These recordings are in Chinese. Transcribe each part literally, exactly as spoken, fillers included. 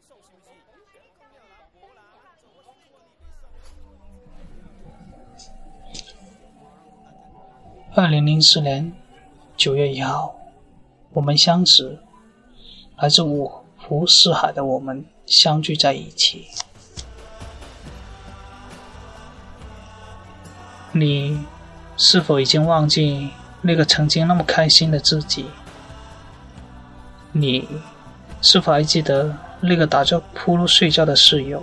二零零四年九月一号，我们相识，来自五湖四海的我们相聚在一起。你是否已经忘记那个曾经那么开心的自己？你是否还记得那个打着铺路睡觉的室友？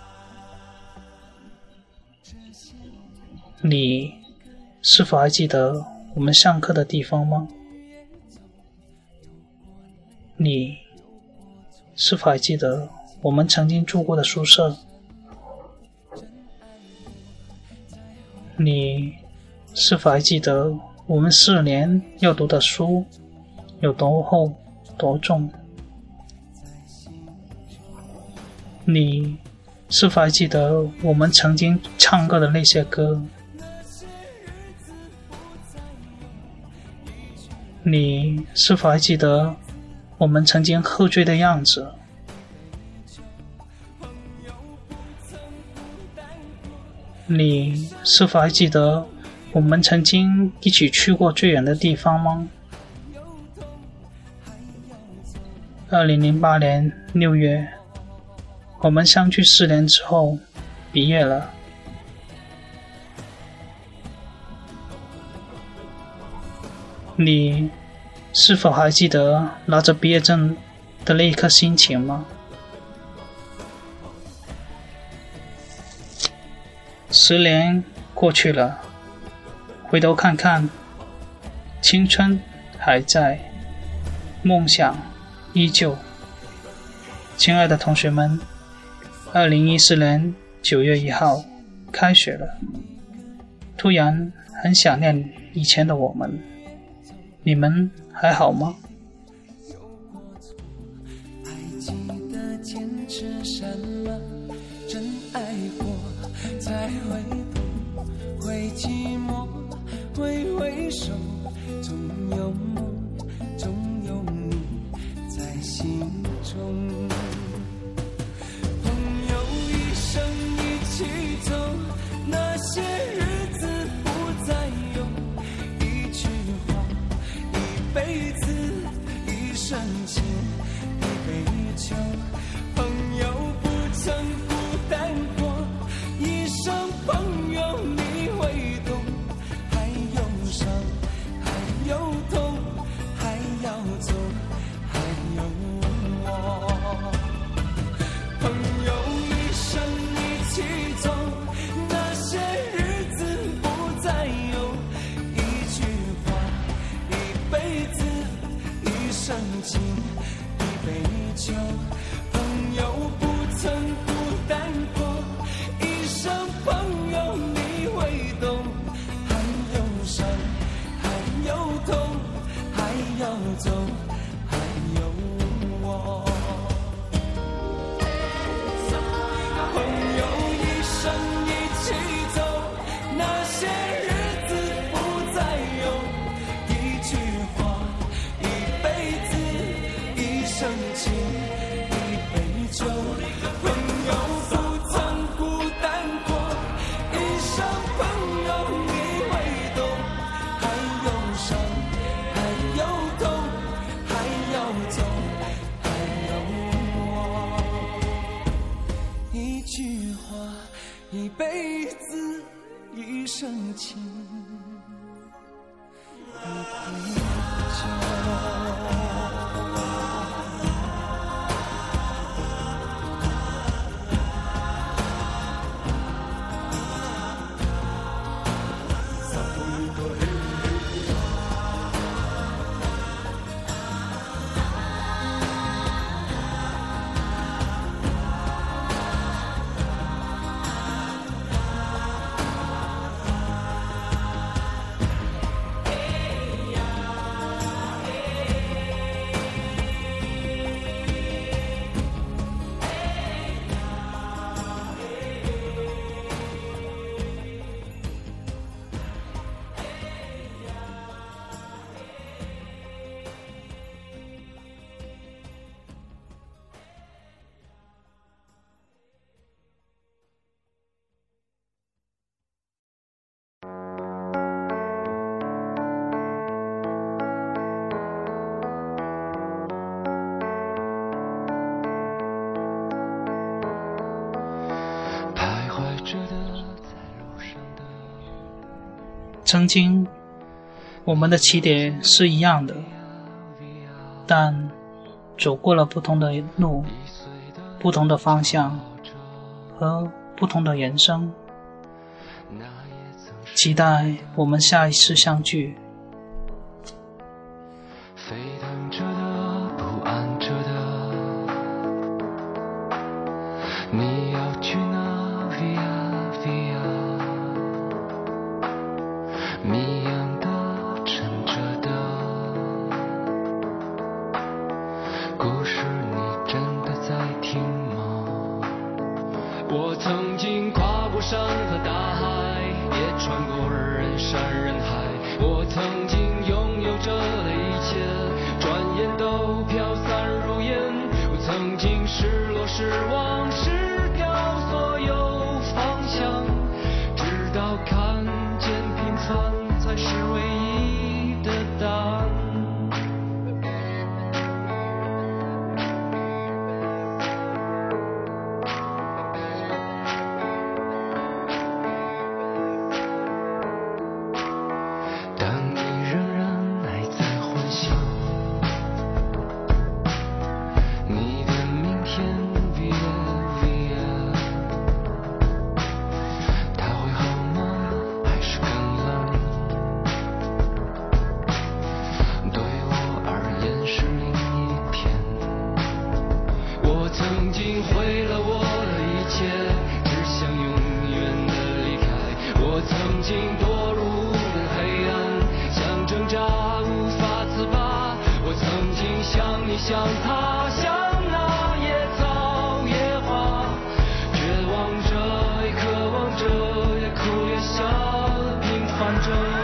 你是否还记得我们上课的地方吗？你是否还记得我们曾经住过的宿舍？你是否还记得我们四年要读的书有多厚多重？你是否还记得我们曾经唱过的那些歌？你是否还记得我们曾经喝醉的样子？你是否还记得我们曾经一起去过最远的地方吗？二零零八年六月，我们相聚四年之后毕业了。你是否还记得拿着毕业证的那一刻心情吗？十年过去了，回头看看，青春还在，梦想依旧。亲爱的同学们，二零一四年九月一号开学了，突然很想念以前的我们，你们还好吗？ 还记得坚持什么，真爱过才会懂，会寂寞，会回首，总有梦，总有你在心中。朋友一生一起走，那些日子不再有，一句话，一辈子，一生情，一杯酒。朋友不曾孤单过，一生朋友你会懂，还有伤，还有痛，还要走，还有我。朋友一生一起走，那些日子不再有，一句话，一辈子，一生情，一杯酒。朋友不曾孤单过，一生朋友你会懂，还有伤，还有痛，还要走，还有我。朋友一生一起走，那些日子不再有，一句话，一辈子，一生情，一杯酒。朋友不曾孤单过，一生朋友你会懂，还有伤，还有痛，还曾经我们的起点是一样的，但走过了不同的路，不同的方向和不同的人生。期待我们下一次相聚。 沸腾着的，不安着的，你要去哪？Via Via， 谜样的，沉着的，故事你真的在听吗？我曾经跨过山和大海，也穿过人山人海，我曾经拥有着的一切，转眼都飘散如烟。我曾经失落失望失掉所有方向，直到看见平凡才是唯一的答案。当你仍然还在幻想你的明天 Via Via， 它会好吗？还是更冷？对我而言是另一天。我曾经毁了我的一切，只想永远的离开。我曾经堕入黑暗，想挣扎无法自拔。我曾经像你像他，像那野草野花，绝望着也渴望着，也哭也笑平凡着。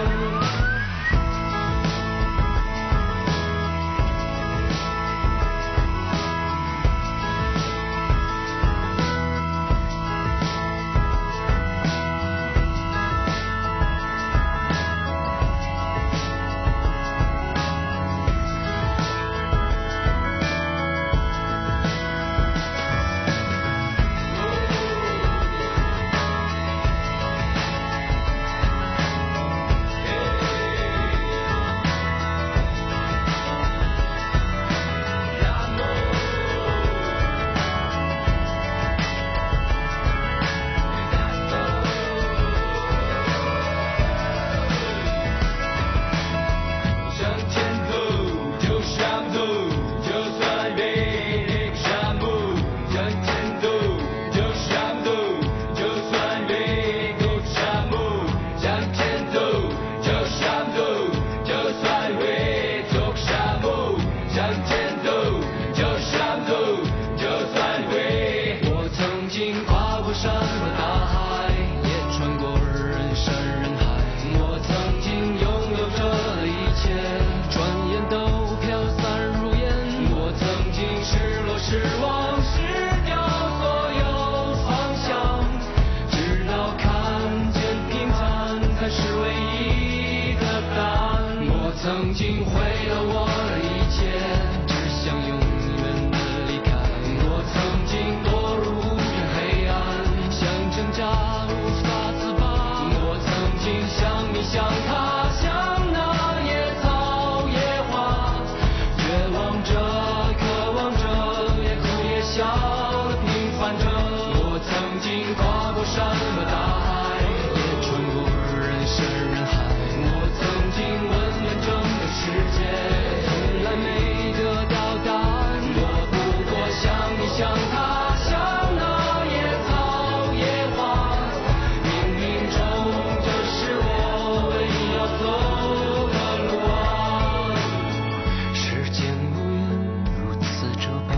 曾经毁了我的一切，只想永远的离开。我曾经堕入黑暗，想挣扎无法自拔。我曾经像你像他，像那野草野花，绝望着渴望着，也哭也笑的平凡着。我曾经跨过山和大海，也穿过人山人海。我曾经问世界从来没得到答案，我不过像你像他，像那野草野花，冥冥中这是我唯一要走的路啊。时间无言如此这般，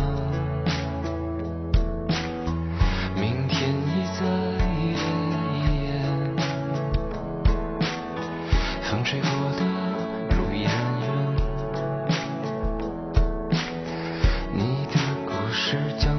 明天已在眼前，风吹过的路依然远，你的故事讲